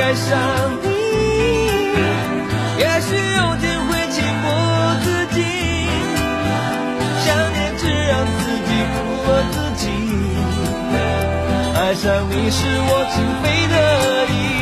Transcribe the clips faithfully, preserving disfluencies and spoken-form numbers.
爱上你。也许有天会情不自禁，想念只让自己苦了自己。爱上你是我情非得已。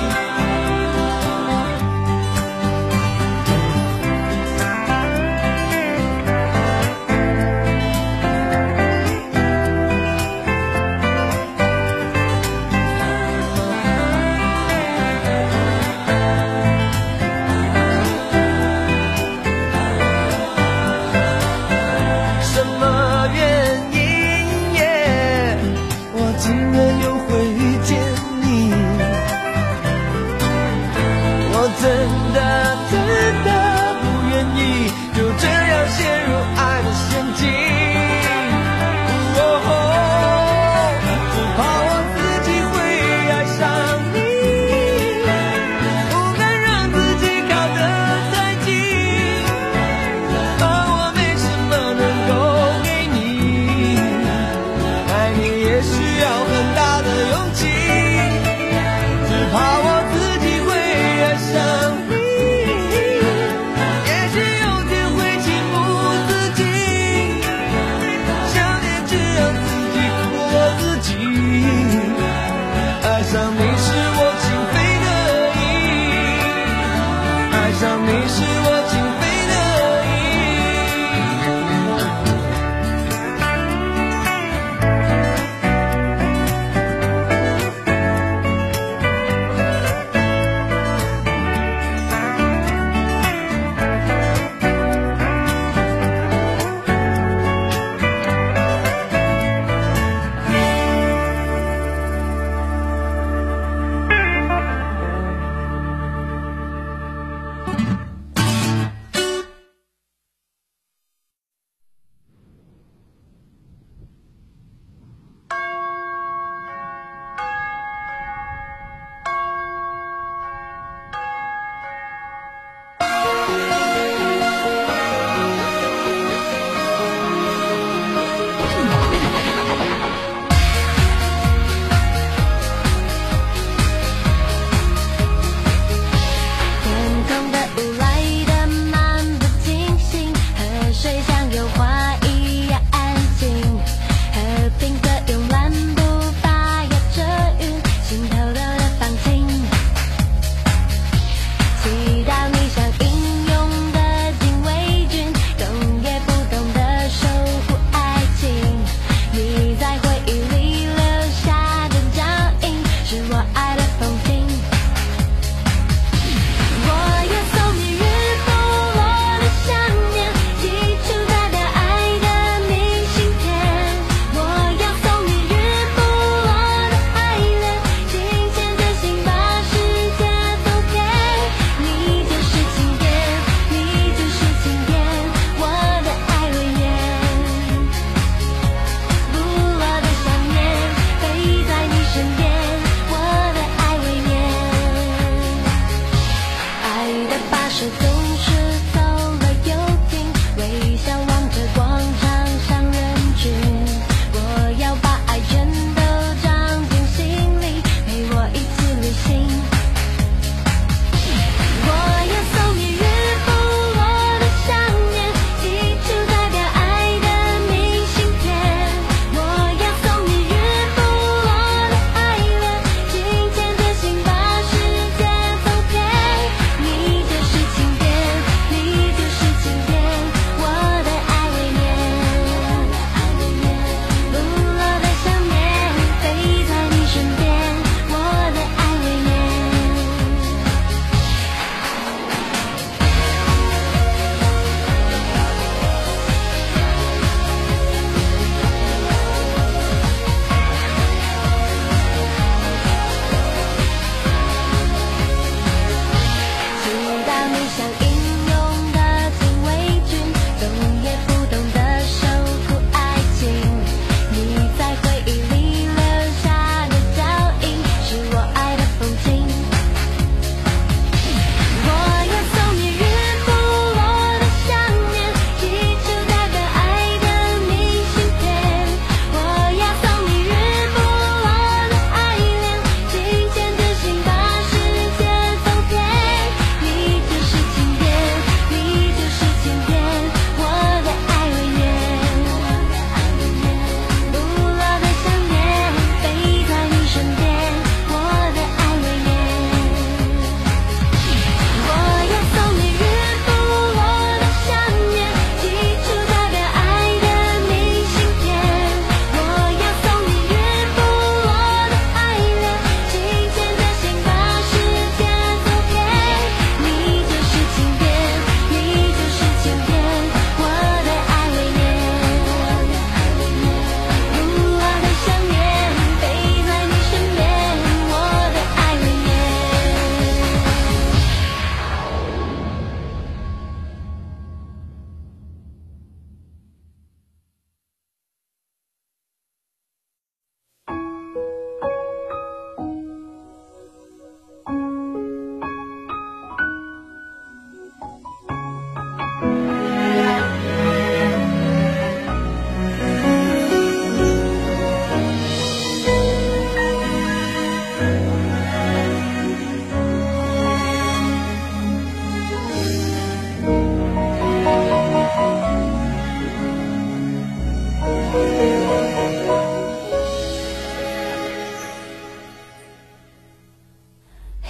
真的真的不愿意就这样陷入爱的陷阱，哦，只怕我自己会爱上你，不敢让自己靠得太近，怕我没什么能够给你，爱你也需要很大的勇气，只怕我自己会爱上你。爱上你是我情非得已，爱上你是我情非得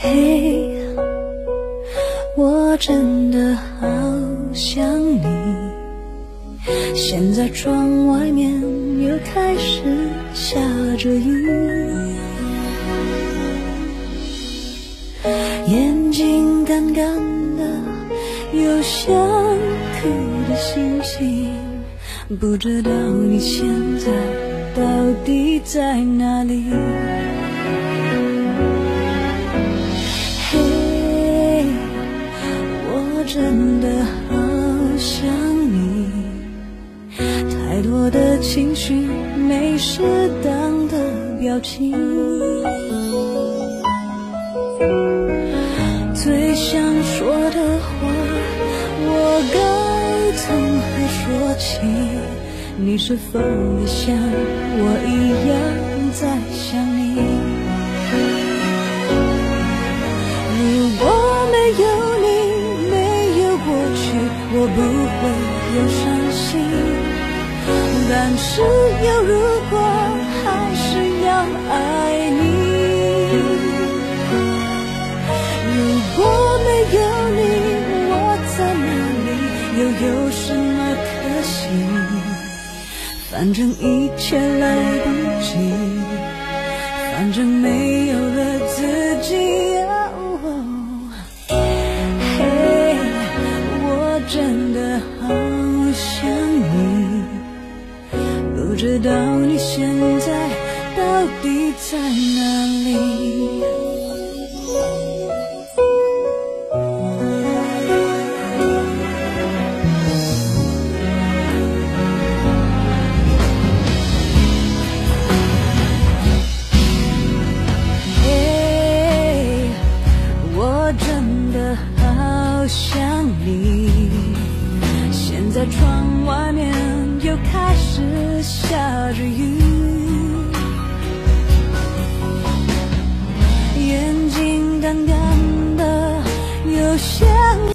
嘿，我真的好想你，现在窗外面又开始下着雨，眼睛干干的，有想哭的心情，不知道你现在到底在哪里。嘿，我真的好想你，太多的情绪没适当的表情，最想说的话我该从何说起，你是否也像我一样在想你？如果没有你，没有过去，我不会有伤心，但是有如果还是要爱你。如果没有你，我在哪里，又有什么可惜？反正一切来不及，反正没有了自己。嘿，我真的好想你，不知道你现在到底在哪里。嘿，我真的好想你，现在窗外面又开始下着雨，眼睛干干的，有想